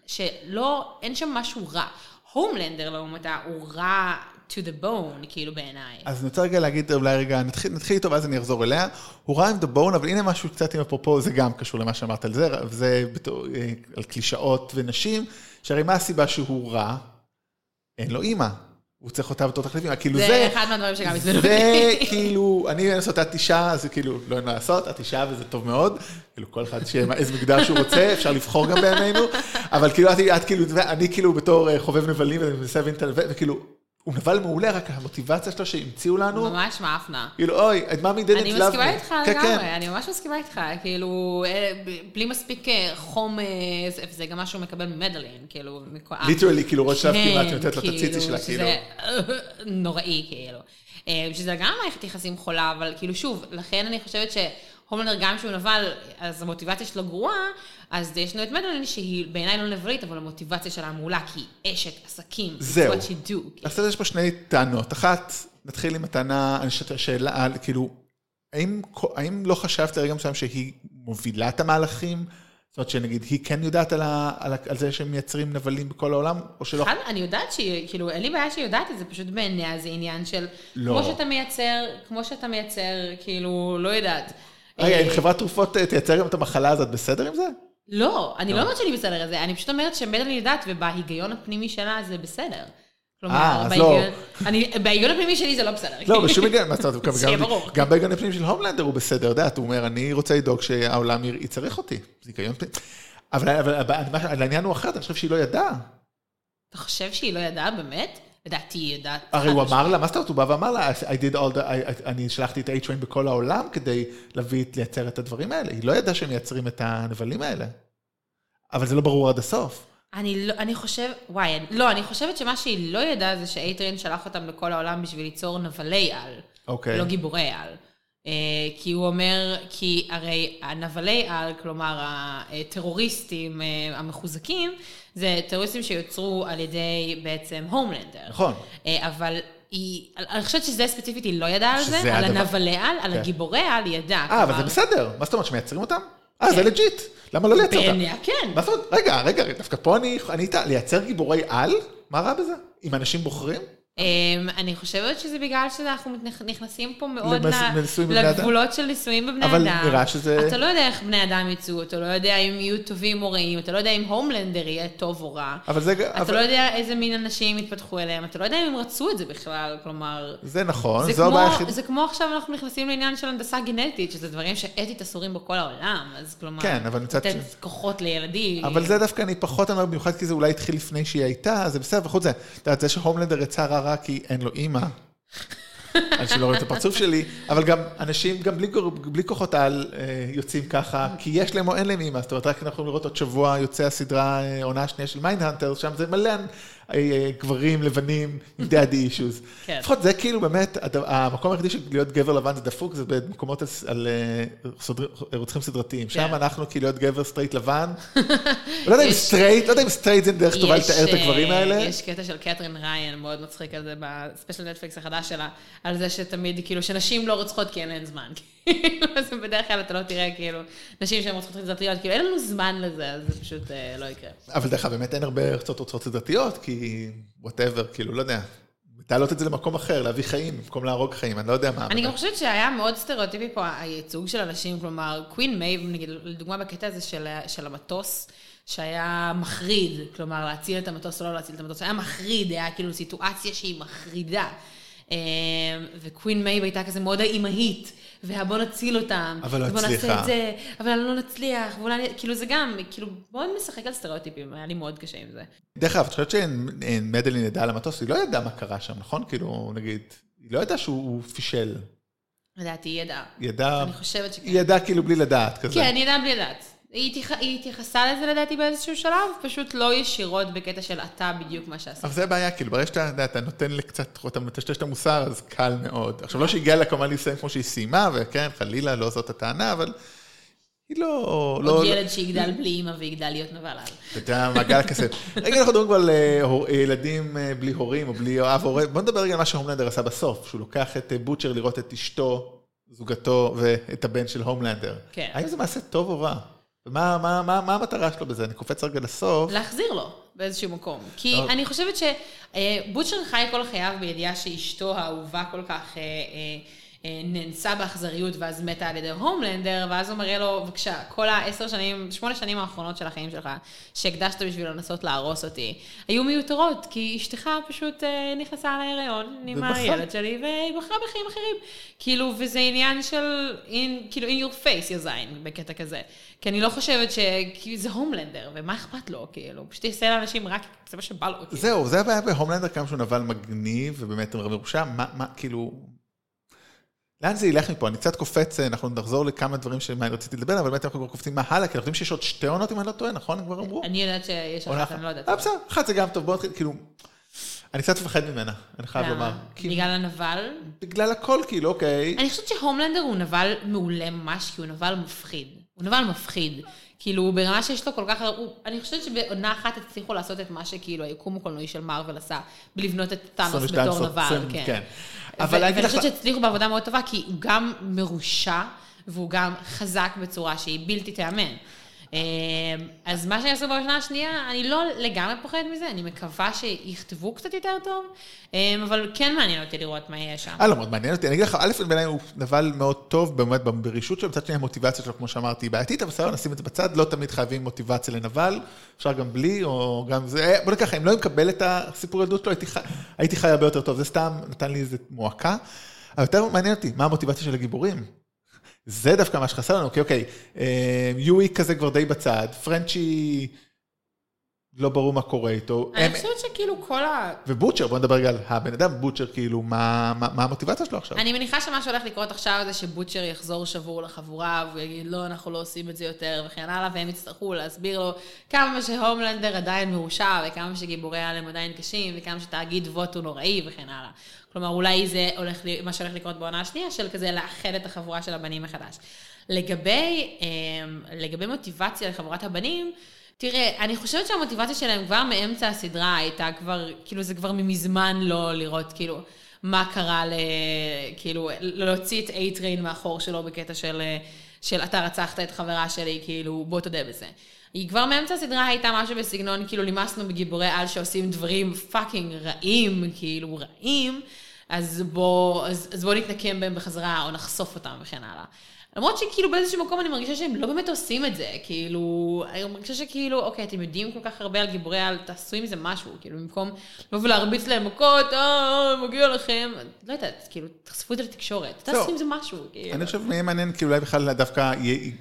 S3: שלא, אין שם משהו רע. הומלנדר לעומתה הוא רע to the bone, כאילו בעיניי.
S2: אז אני רוצה רגע להגיד, אולי רגע, נתחיל איתו ואז אני אחזור אליה. הוא רע עם the bone, אבל הנה משהו קצת עם אפרופו, זה גם קשור למה שאמרת על זה, וזה על קלישאות ונשים, שהרי מה הסיבה שהוא רע? אין לו אימא. הוא צריך אותה בתור תחליפים, כאילו
S3: זה אחד מהדברים שגם הזמינו אותי.
S2: זה כאילו, אני אנסות את אישה, אז כאילו, לא אין מה לעשות, את אישה וזה טוב מאוד, כאילו כל אחד שיהיה איזה מגדר שהוא רוצה, אפשר לבחור גם בימינו, אבל כאילו, את כאילו, אני כאילו בתור חובב נבלים, ואני מנסה להבין את הנבל, וכאילו, הוא נבל מעולה, רק המוטיבציה שלו שהמציאו לנו.
S3: ממש מאפנה.
S2: כאילו, אוי, מה מידנת לב?
S3: אני מסכימה איתך לגמרי, אני ממש מסכימה איתך, כאילו, בלי מספיק חום, זה גם משהו מקבל ממדלין, כאילו,
S2: ליטרלי, כאילו, ראש שלב כמעט נותנת לו את הציצי שלה, כאילו.
S3: שזה נוראי, כאילו. שזה גם מערכת יחסים חולה, אבל כאילו, שוב, לכן אני חושבת שהומלנדר גם שהוא נבל, אז המוטיבציה שלו גרועה, אז יש לנו את מדלין שהיא בעיניי לא נבלית, אבל המוטיבציה שלה מעולה, כי היא אשת עסקים.
S2: זהו. אז יש פה שני טענות. אחת, נתחיל עם הטענה, אני חושבת השאלה, כאילו, האם לא חשבת לרגע מסוים שהיא מובילה את המהלכים זאת אומרת שנגיד, היא כן יודעת על זה שהם מייצרים נבלים בכל העולם, או שלא?
S3: אני יודעת שהיא, כאילו, אין לי בעיה שהיא יודעת את זה, פשוט בעיניה זה עניין של,
S2: לא.
S3: כמו שאתה מייצר, כאילו, לא יודעת.
S2: רגע, אם חברת תרופות תייצר גם את המחלה הזאת, בסדר עם זה?
S3: לא, אני לא אומרת שאני בסדר עם זה, אני פשוט אומרת שמדלין יודעת, ובהיגיון הפנימי שלה זה בסדר. כלומר, בהיגיון הפנימי שלי זה לא בסדר.
S2: לא, בשום היגיון, גם בהיגיון הפנימי של הומלנדר הוא בסדר, יודעת, הוא אומר, אני רוצה לדאוג שהעולם יצריך אותי, זה היגיון פנימי. אבל העניין הוא אחרת, אני חושב שהיא לא ידעה.
S3: אתה חושב שהיא לא ידעה באמת? לדעתי היא יודעת.
S2: הרי הוא אמר לה, מה זאת אומרת? הוא בא ואמר לה, אני שלחתי את ה-A-Train בכל העולם כדי לייצר את הדברים האלה. היא לא ידעה שהם מייצרים את הנבלים האלה. אבל זה לא ברור עד הסוף.
S3: אני חושבת שמה שהיא לא ידעה זה שה-A-Train שלח אותם לכל העולם בשביל ליצור נבלי על. לא גיבורי על. כי הוא אומר, כי הרי הנבלי על, כלומר הטרוריסטים המחוזקים, זה טרוריסטים שיוצרו על ידי בעצם הומלנדר.
S2: נכון.
S3: אבל אני חושבת שזה ספציפית, היא לא ידעה על זה, על הנבלי על, על הגיבורי על, היא ידעה.
S2: אבל זה בסדר. מה זאת אומרת, שמייצרים אותם? זה לג'יט. למה לא לייצר אותם?
S3: בעיניה, כן.
S2: מה זאת אומרת? רגע, דווקא פה אני איתה, לייצר גיבורי על? מה רע בזה? אם אנשים בוחרים?
S3: אני חושבת שזה בגלל שאנחנו נכנסים פה מאוד לגבולות של ניסויים בבני אדם.
S2: אבל נראה שזה...
S3: אתה לא יודע איך בני אדם יצאו, אתה לא יודע אם יהיו טובים או רעים, אתה לא יודע אם הומלנדר יהיה טוב או רע. אתה לא יודע איזה מין אנשים יתפתחו אליהם, אתה לא יודע אם הם רצו את זה בכלל, כלומר...
S2: זה נכון, זו הבעיה היחידה.
S3: זה כמו עכשיו אנחנו נכנסים לעניין של הנדסה גנטית, שזה דברים שאתית אסורים בכל העולם, אז כלומר...
S2: כן, אבל
S3: נותן כוחות לילדים.
S2: אבל זה דווקא אני פחות אומר, במיוחד כי זה אולי התחיל לפני שהיא הייתה, זה בסדר, וחוץ זה. אתה יודע, זה שהומלנדר יצא רע כי אין לו אימא, על שלא רואה את הפרצוף שלי, אבל גם אנשים, גם בלי כוחות על יוצאים ככה, כי יש להם או אין להם אימא, זאת אומרת, רק אנחנו יכולים לראות עוד שבוע יוצא הסדרה, עונה השנייה של מיינדהנטר, שם זה מלא גברים לבנים עם דאדי אישוז. לפחות זה כאילו באמת, המקום היחידי של להיות גבר לבן זה דפוק, זה במקומות על רוצחים סדרתיים. שם אנחנו כאילו להיות גבר סטרייט לבן. לא יודע אם סטרייט זה דרך טובה לתאר את הגברים האלה.
S3: יש קטע של קתרין ריין, מאוד מצחיק על זה, בספיישל נטפליקס החדש שלה, על זה שתמיד כאילו שנשים לא רוצחות כי אין להן זמן. אז בדרך כלל אתה לא תראה כאילו, נשים שהן רוצחות סדרתיות, כאילו אין לנו זמן לזה, אז זה פשוט לא יקרה. אבל
S2: דרך כלל באמת אין הרבה רוצחות סדרתיות, כי whatever, כאילו, לא יודע, תעלות את זה למקום אחר, להביא חיים, במקום להרוג חיים, אני לא יודע מה.
S3: אני גם חושבת שהיה מאוד סטריאוטיפי פה, הייצוג של אנשים, כלומר, קווין מייב, נגיד, לדוגמה בקטע הזה של המטוס, שהיה מחריד, כלומר, להציל את המטוס או לא להציל את המטוס, היה מחריד, היה כאילו סיטואציה שהיא מחרידה. וקווין מייב הייתה כזה מאוד האימהית, ובוא נציל אותם,
S2: אבל לא
S3: ובוא
S2: הצליחה.
S3: נעשה את זה, אבל לא נצליח, כאילו זה גם, כאילו בוא נשחק על סטריאוטיפים, היה לי מאוד קשה עם זה.
S2: דרך אגב, את חושבת שמדלין ידעה על המטוס, היא לא ידעה מה קרה שם, נכון? כאילו, נגיד, היא לא ידעה שהוא פישל.
S3: לדעתי, היא ידעה.
S2: ידעה,
S3: אני חושבת שכן.
S2: היא ידעה כאילו בלי לדעת כזה.
S3: כן, היא ידעה בלי לדעת. היא התייחסה לזה לדעתי באיזשהו שלב, פשוט לא ישירות בקטע של אתה בדיוק מה שעשית.
S2: אבל זה בעיה, כאילו, ברגע שאתה נותן לקצת, אתה מטשטש את המוסר, אז קל מאוד. עכשיו, לא שהגיעה לה כמובן לסיים כמו שהיא סיימה, וכן, חלילה, לא זאת הטענה, אבל היא לא...
S3: עוד ילד שיגדל בלי אמא ויגדל להיות נבל על.
S2: אתה יודע, מעגל הכסף. רגע, אנחנו מדברים כבר על ילדים בלי הורים, או בלי אב הורה. בוא נדבר רגע על מה שהומלנדר עשה בסוף, שהוא לוקח את בוטשר לראות את אשתו, זוגתו, ואת הבן של הומלנדר.
S3: כן.
S2: האם זה מעשה טוב או רע? מה המטרה שלו בזה? אני קופץ רגע לסוף.
S3: להחזיר לו באיזשהו מקום. כי אני חושבת שבוטשר חי כל חייו בידיעה שאשתו האהובה כל כך ננסה באכזריות ואז מתה על ידי הומלנדר, ואז הוא מראה לו, בבקשה, כל 8 שנים האחרונות של החיים שלך, שהקדשת בשביל לנסות להרוס אותי, היו מיותרות, כי אשתך פשוט נכנסה להיריון עם הילד שלי, והיא בחרה בחיים אחרים. כאילו, וזה עניין של, כאילו, in your face, יזיין, בקטע כזה. כי אני לא חושבת שזה הומלנדר, ומה אכפת לו, כאילו, פשוט יעשה לאנשים רק, זה מה שבא לו.
S2: זהו, זה הבעיה בהומלנדר, כמה שהוא נבל מגניב, ובאמת מרושע, מה, כאילו... לאן זה ילך מפה? אני קצת קופץ, אנחנו נחזור לכמה דברים שמה רציתי לדבר, אבל באמת אנחנו כבר קופצים מהלאה, כי אנחנו יודעים שיש עוד 2 עונות, אם אני לא טועה, נכון? הם כבר אמרו?
S3: אני יודעת שיש אחת, אני לא יודעת.
S2: בסדר, אחת זה גם טוב, בוא נתחיל, כאילו, אני קצת מפחד ממנה, אני חייב לומר.
S3: בגלל הנבל?
S2: בגלל הכל, כאילו, אוקיי.
S3: אני חושבת שהומלנדר הוא נבל מעולה ממש, כי הוא נבל מפחיד. הוא נבל מפחיד. כאילו, ברמה שיש לו כל כך... אני חושבת שבעונה אחת הצליחו לעשות את מה שכאילו היקום הקולנועי של מארוול עשה, בלבנות את טאנוס בתור נבל, כן. ואני חושבת שהצליחו בעבודה מאוד טובה, כי הוא גם מרושע, והוא גם חזק בצורה שהיא בלתי תאמן. אז מה שאני אעשו בשנה השנייה, אני לא לגמרי פוחדת מזה, אני מקווה שיכתבו קצת יותר טוב, אבל כן מעניין אותי לראות מה יהיה שם.
S2: לא, מאוד מעניין אותי. אני אגיד לך, א' בעיניי הוא נבל מאוד טוב, באמת ברישות שלו, מצד שני המוטיבציה שלו, כמו שאמרתי, היא בעייתית, אבל סבבה, נשים את זה בצד, לא תמיד חייבים מוטיבציה לנבל, אפשר גם בלי, או גם זה, בוא ניקח, אם לא מקבל את הסיפור ילדות שלו, הייתי חי הרבה יותר טוב, זה סתם נתן לי איזה מועקה, אבל יותר מעניין אותי, מה המוטיבציה של הגיבורים? זה דווקא מה שחסר לנו, אוקיי, יואי כזה כבר די בצד, פרנצ'י לא ברור מה קורה איתו.
S3: אני חושבת שכאילו כל
S2: ובוטשר, בוא נדבר רגע על הבן אדם, בוטשר, כאילו, מה המוטיבציה שלו עכשיו?
S3: אני מניחה שמה שהולך לקרות עכשיו זה שבוטשר יחזור שבור לחבורה, והוא יגיד, לא, אנחנו לא עושים את זה יותר, וכן הלאה, והם יצטרכו להסביר לו כמה שהומלנדר עדיין מרושע, וכמה שגיבורי העלם עדיין קשים, וכמה שתאגיד ווט הוא נוראי, וכן הלאה. כלומר, אולי זה מה שהולך לקרות בעונה השנייה, של כזה לאחד את החבורה של הבנים מחדש. לגבי מוטיבציה לחבורת הבנים, תראה, אני חושבת שהמוטיבציה שלהם כבר מאמצע הסדרה הייתה כבר, כאילו זה כבר ממזמן לא לראות, כאילו, מה קרה כאילו, להוציא את A-Train מהחור שלו בקטע של אתה רצחת את חברה שלי, כאילו, בוא תודה בזה. היא כבר מאמצע הסדרה הייתה משהו בסגנון, כאילו, לימסנו בגיבורי על שעושים דברים פאקינג רעים, כאילו, רעים, אז בוא נתנקם בהם בחזרה, או נחשוף אותם וכן הלאה. למרות שכאילו באיזשהו מקום אני מרגישה שהם לא באמת עושים את זה, כאילו, אני מרגישה שכאילו, אוקיי, אתם יודעים כל כך הרבה על גיבורי על, תעשו עם זה משהו, כאילו, במקום לבוא ולהרביץ להם מכות, מגיע לכם, לא יודעת, כאילו, תחשפו את זה לתקשורת, תעשו עם זה משהו, כאילו.
S2: אני חושב, מי מעניין, כאילו, אולי בכלל דווקא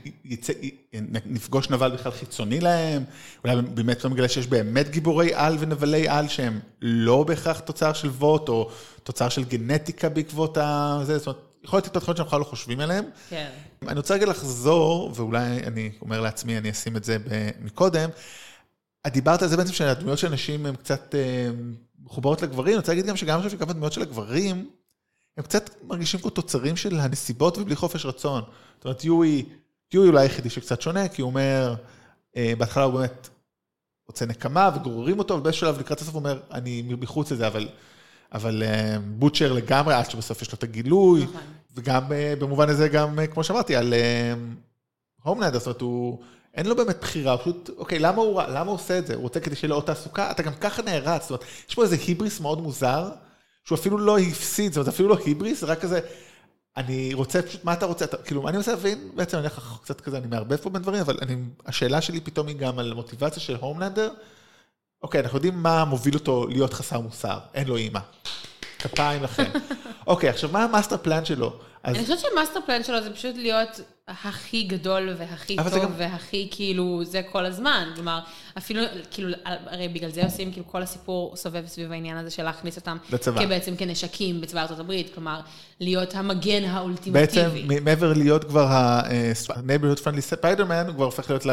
S2: נפגוש נבל בכלל חיצוני להם, אולי באמת לא מגלה שיש באמת גיבורי על ונבלי על, שהם לא בהכרח תוצר של ווט, או תוצר של גנטיקה בעקבות זה, זאת אומרת, יכול להיות התפתחות שאנחנו לא חושבים עליהם.
S3: כן.
S2: אני רוצה רגע לחזור, ואולי אני אומר לעצמי, אני אשים את זה מקודם. את דיברת על זה בעצם שהדמויות של אנשים הן קצת מחוברות לגברים. אני רוצה להגיד גם שגם עכשיו שכמה דמויות של הגברים, הם קצת מרגישים כמו תוצרים של הנסיבות ובלי חופש רצון. זאת אומרת, יואי אולי היחידי שקצת שונה, כי הוא אומר, בהתחלה הוא באמת רוצה נקמה וגוררים אותו, ובאיזשהו שלב לקראת הסוף הוא אומר, אני מחוץ לזה, אבל בוטשר לגמרי, עד שבסוף יש לו את הגילוי, וגם במובן הזה גם, כמו שאמרתי, על הומלנדר, זאת אומרת, אין לו באמת בחירה, פשוט, אוקיי, למה הוא עושה את זה? הוא רוצה כדי שיהיה לו עוד תעסוקה, אתה גם ככה נערץ, זאת אומרת, יש פה איזה היבריס מאוד מוזר, שהוא אפילו לא הפסיד, זאת אומרת, אפילו לא היבריס, רק כזה, אני רוצה פשוט, מה אתה רוצה? כאילו, אני רוצה להבין, בעצם אני הולך קצת כזה, אני מערבב פה בין דברים, אבל השאלה שלי פתאום היא גם על מוטיבציה של הומלנדר, אוקיי, אנחנו יודעים מה מוביל אותו להיות חסר מוסר, אין לו אימא. כפיים לכם. אוקיי, עכשיו מה המאסטר פלן שלו?
S3: אני חושבת שהמאסטר פלן שלו זה פשוט להיות הכי גדול והכי טוב והכי כאילו זה כל הזמן. כלומר, אפילו, כאילו, הרי בגלל זה עושים, כאילו כל הסיפור סובב סביב העניין הזה של להכניס אותם כבעצם כנשקים בצבא ארצות הברית. כלומר, להיות המגן האולטימטיבי.
S2: בעצם, מעבר להיות כבר ה-Neighborhood Friendly Spider-Man, הוא כבר הופך להיות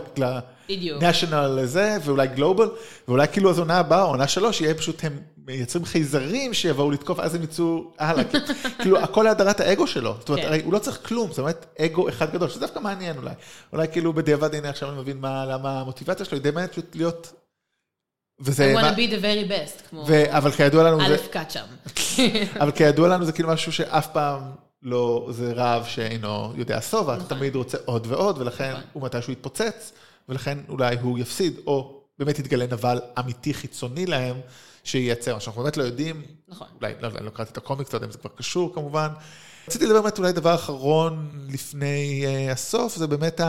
S2: ל-National זה, ואולי Global, ואולי כאילו הזונה הבאה, עונה 3, יהיה פשוט הם מייצרים חייזרים שיבואו לתקוף, אז הם יצאו הלאה. כאילו, הכל להדרת האגו שלו. זאת אומרת, הרי הוא לא צריך כלום, זאת אומרת, אגו אחד גדול, שזה דווקא מעניין אולי. אולי כאילו בדיעבד, הנה עכשיו אני מבין למה המוטיבציה שלו, היא די מעניין פשוט להיות...
S3: I want to be the very best, כמו...
S2: אבל כידוע לנו זה...
S3: א' קאט שם.
S2: אבל כידוע לנו זה כאילו משהו שאף פעם לא, זה רב שאינו יודע סוף, אתה תמיד רוצה עוד ועוד, ולכן הוא מתישהו יתפוצץ, ולכן אולי הוא יפסיד, או באמת יתגלה נבל אמיתי חיצוני להם, שייצר, שאנחנו באמת לא יודעים, אולי לא קראתי את הקומיקס, לא יודע אם זה כבר קשור כמובן. רציתי לדבר באמת אולי דבר אחרון לפני הסוף, זה באמת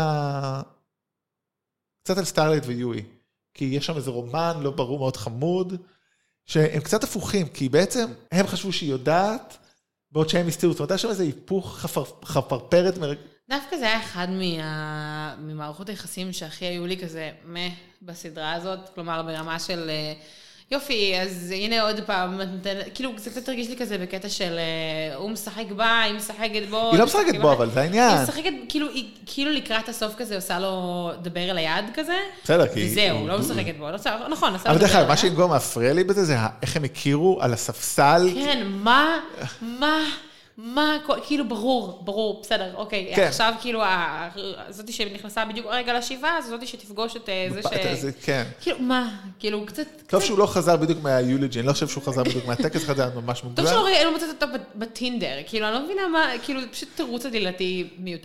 S2: קצת על סטארלייט ויואי, כי יש שם איזה רומן לא ברור מאוד חמוד, שהם קצת הפוכים, כי בעצם הם חשבו שהיא יודעת, בעוד שהם הסתירו, זאת אומרת, יש שם איזה היפוך חפרפרת.
S3: דווקא זה היה אחד ממערכות היחסים שהכי היו לי כזה בסדרה הזאת, כלומר ברמה של יופי, אז הנה עוד פעם, כאילו זה קצת תרגיש לי כזה בקטע של הוא משחק בה, היא משחקת בו.
S2: היא לא משחקת בו, אבל זה העניין.
S3: היא משחקת, כאילו לקראת הסוף כזה עושה לו דבר על היד כזה.
S2: בסדר, כי...
S3: וזהו, לא משחקת בו, נכון.
S2: אבל דרך כלל, מה שינגום מפריע לי בזה, זה איך הם הכירו על הספסל.
S3: כן, מה, כאילו ברור, בסדר, אוקיי,
S2: כן.
S3: עכשיו כאילו, זאתי שנכנסה בדיוק רגע לשבעה, אז זאתי שתפגוש את זה
S2: כן.
S3: כאילו, מה, כאילו, קצת...
S2: טוב שהוא לא חזר בדיוק מהיולוגי, אני לא חושב שהוא חזר בדיוק מהטקס, זה היה ממש מוגבל.
S3: טוב שלא לא מצאת אותו בטינדר, כאילו, אני לא מבינה מה, כאילו, פשוט תירוץ עדילתי מיותר.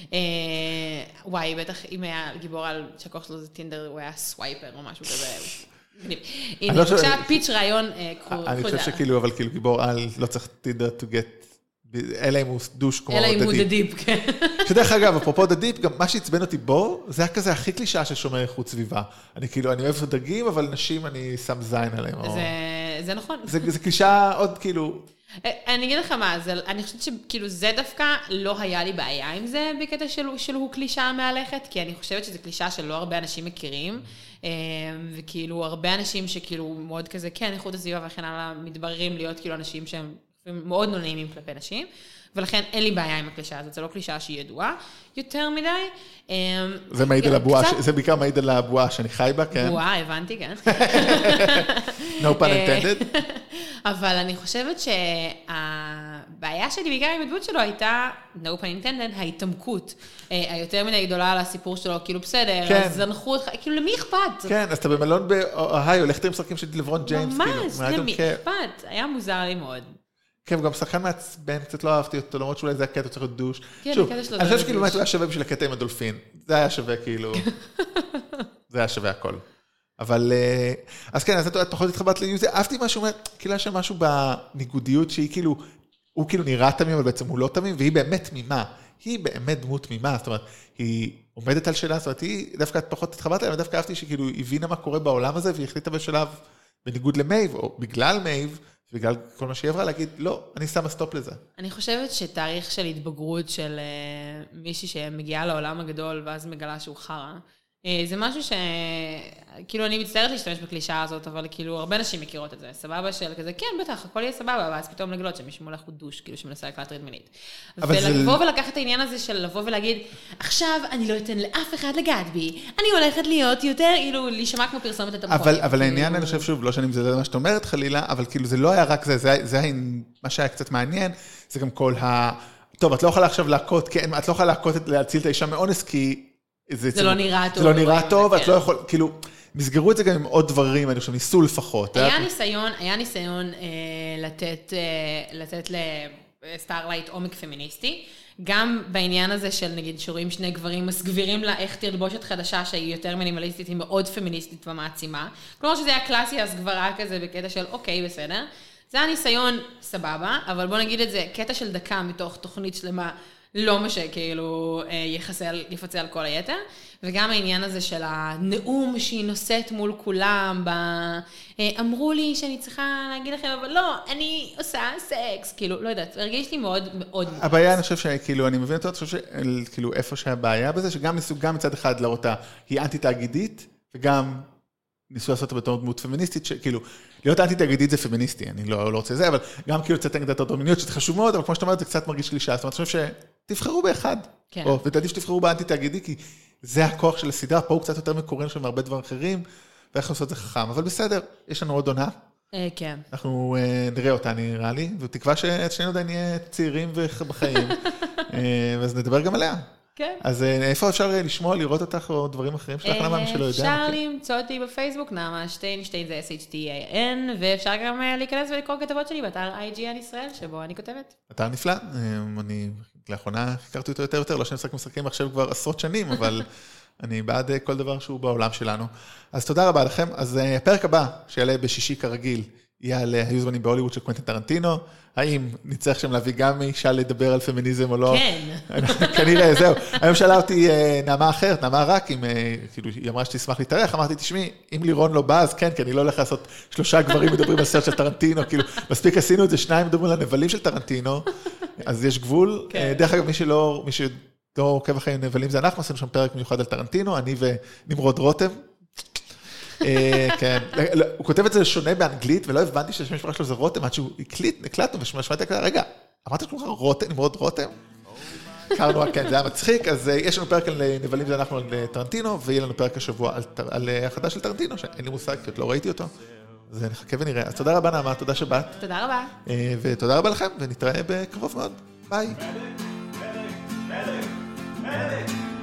S3: וואי, בטח אם היה גיבור על שהכוח שלו זה טינדר, הוא היה סווייפר או משהו כזה. הנה, בבקשה, פיץ' רעיון, קחו את זה.
S2: אני חושב שכאילו, אבל כאילו גיבור על לא צריך טינדר to get, אלא אם הוא דוש כמו
S3: אלא אם הוא דדיפ, כן.
S2: שדרך אגב, אפרופו דדיפ, גם מה שהצבן אותי בו, זה היה כזה הכי קלישה של שומר איכות סביבה. אני כאילו, אני אוהב דגים, אבל נשים אני שם זין עליהם.
S3: זה נכון.
S2: זה קלישה עוד כאילו...
S3: אני אגיד לך מה, אני חושבת שכאילו זה דווקא לא היה לי בעיה עם זה בקטע שהוא קלישה מהלכת, כי אני חושבת שזה קלישה שלא הרבה אנשים מכירים, וכאילו הרבה אנשים שכאילו מאוד כזה, כן, איכות הסביבה וכן הלאה, מתבררים להיות כאילו אנשים שהם מאוד נעימים כלפי נשים, ולכן אין לי בעיה עם הקלישה הזאת, זה לא קלישה שהיא ידועה יותר מדי.
S2: זה מעיד על הבועה, זה בעיקר מעיד על הבועה שאני חי בה, כן?
S3: בועה, הבנתי, כן.
S2: No pun intended.
S3: אבל אני חושבת שהבעיה שלי בעיקר עם הדמות שלו הייתה, no pun intended, ההתעמקות היותר מדי גדולה על הסיפור שלו, כאילו בסדר, אז זנחו אותך, כאילו למי אכפת?
S2: כן, אז אתה במלון באוהיו, הולך עם שחקים של לברון ג'יימס, כאילו.
S3: ממש, למי אכפת? היה מוזר לי מאוד.
S2: כן, וגם שחקן מעצבן, קצת לא אהבתי אותו, למרות שאולי זה הקטע, צריך להיות דוש.
S3: כן,
S2: שוב,
S3: הקטע שלו
S2: אני חושב שכאילו באמת הוא היה שווה בשביל הקטע עם הדולפין. זה היה שווה כאילו, זה היה שווה הכל. אבל, אז כן, אז אתה יכול להתחבט ליוזי, אהבתי משהו, כאילו יש משהו בניגודיות שהיא כאילו, הוא כאילו נראה תמים, אבל בעצם הוא לא תמים, והיא באמת תמימה. היא באמת דמות תמימה, זאת אומרת, היא עומדת על שאלה, זאת אומרת, היא דווקא פחות התחבט להם, ודווקא אהבתי שכאילו הבינה מה קורה בעולם הזה, והיא החליטה בשלב, בניגוד למייב, או בגלל מייב, בגלל כל מה שהיא עברה, להגיד, לא, אני שמה סטופ לזה.
S3: אני חושבת שתאריך של התבגרות של מישהי שמגיעה לעולם הגדול, ואז מגלה שהוא חרה, זה משהו כאילו אני מצטערת להשתמש בקלישה הזאת, אבל כאילו הרבה נשים מכירות את זה, סבבה של כזה, כן, בטח, הכל יהיה סבבה, ואז פתאום לגלות שמישהו מולך הוא דוש, כאילו שמנסה להטריד מינית. ולבוא ולקחת את העניין הזה של לבוא ולהגיד, עכשיו אני לא אתן לאף אחד לגעת בי, אני הולכת להיות יותר, כאילו, להישמע כמו פרסומת את המכון.
S2: אבל העניין, אני חושב שוב, לא שאני מזלזל מה שאת אומרת חלילה, אבל כאילו זה לא היה רק זה מה שהיה קצת מעניין, זה גם כל טוב, את לא יכולה עכשיו להכות, כן, את לא יכולה להציל את האישה מאונס, כי
S3: זה לא נראה טוב.
S2: זה לא נראה טוב, את לא יכול, כאילו, מסגרו את זה גם עם עוד דברים, אני חושב, ניסו לפחות.
S3: היה ניסיון לתת לסטארלייט עומק פמיניסטי, גם בעניין הזה של נגיד שרואים שני גברים מסגבירים לה איך תלבושת חדשה שהיא יותר מינימליסטית, היא מאוד פמיניסטית ומעצימה. כלומר שזה היה קלאסי הסגברה כזה בקטע של אוקיי, בסדר. זה היה ניסיון סבבה, אבל בוא נגיד את זה, קטע של דקה מתוך תוכנית שלמה, לא מה שכאילו יפצה על כל היתר, וגם העניין הזה של הנאום שהיא נושאת מול כולם, אמרו לי שאני צריכה להגיד לכם, אבל לא, אני עושה סקס, כאילו, לא יודעת, הרגיש לי מאוד מאוד...
S2: הבעיה, אני חושב שכאילו, אני מבין אותו, אני חושב שכאילו איפה שהבעיה בזה, שגם ניסו גם מצד אחד להראות אותה, היא אנטי-תאגידית, וגם ניסו לעשות אותה בתור דמות פמיניסטית, שכאילו, להיות אנטי-תאגידית זה פמיניסטי, אני לא רוצה זה, אבל גם כאילו קצת נגד הטרדות שזה חשוב מאוד, אבל כמו שאתה אומרת, זה קצת מרגיש קלישה, זאת אומרת, אני חושב שתבחרו באחד, ותעדיף שתבחרו באנטי-תאגידי, כי זה הכוח של הסדרה, פה הוא קצת יותר מקורן שם מהרבה דברים אחרים, ואיך לעשות את זה חכם, אבל בסדר, יש לנו עוד עונה.
S3: כן.
S2: אנחנו נראה אותה, נראה לי, ותקווה ששנינו עדיין נהיה צעירים בחיים, אז נדבר גם עליה.
S3: כן.
S2: אז איפה אפשר לשמוע, לראות אותך או דברים אחרים שלך, נעמה, מי שלא יודע?
S3: אפשר למצוא אותי בפייסבוק, נעמה שטיין, שטיין זה SHTAN, ואפשר גם להיכנס ולקרוא כתבות שלי באתר IGN ישראל, שבו אני כותבת.
S2: אתר נפלא, אני לאחרונה הכרתי אותו יותר, לא שאני משחק משחקים עכשיו כבר עשרות שנים, אבל אני בעד כל דבר שהוא בעולם שלנו. אז תודה רבה לכם. אז הפרק הבא, שיעלה בשישי כרגיל, יהיה על היו זמנים בהוליווד של קוונטין טרנטינו. האם נצטרך שם להביא גם אישה לדבר על פמיניזם או לא?
S3: כן.
S2: כנראה, זהו. היום שאלה אותי נעמה אחרת, נעמה רק, כאילו, היא אמרה שתשמח להתארח, אמרתי, תשמעי, אם לירון לא בא, אז כן, כי אני לא הולך לעשות 3 גברים מדברים על סרט של טרנטינו, כאילו, מספיק עשינו את זה, 2 מדברים על הנבלים של טרנטינו, אז יש גבול. דרך אגב, מי שלא עוקב אחרי נבלים זה אנחנו, עשינו שם פרק מיוחד על טרנטינו, אני ונמרוד רותם. כן, הוא כותב את זה שונה באנגלית, ולא הבנתי שהשם המשפחה שלו זה רותם, עד שהוא הקלטנו, ושמעתי כזה, רגע, אמרת שכולך רותם, נמרוד רותם? קראנו, כן, זה היה מצחיק, אז יש לנו פרק על נבלים זה אנחנו על טרנטינו, ויהיה לנו פרק השבוע על החדש של טרנטינו, שאין לי מושג, כי עוד לא ראיתי אותו, אז נחכה ונראה. אז תודה רבה נעמה, תודה שבאת.
S3: תודה רבה.
S2: ותודה רבה לכם, ונתראה בקרוב מאוד. ביי.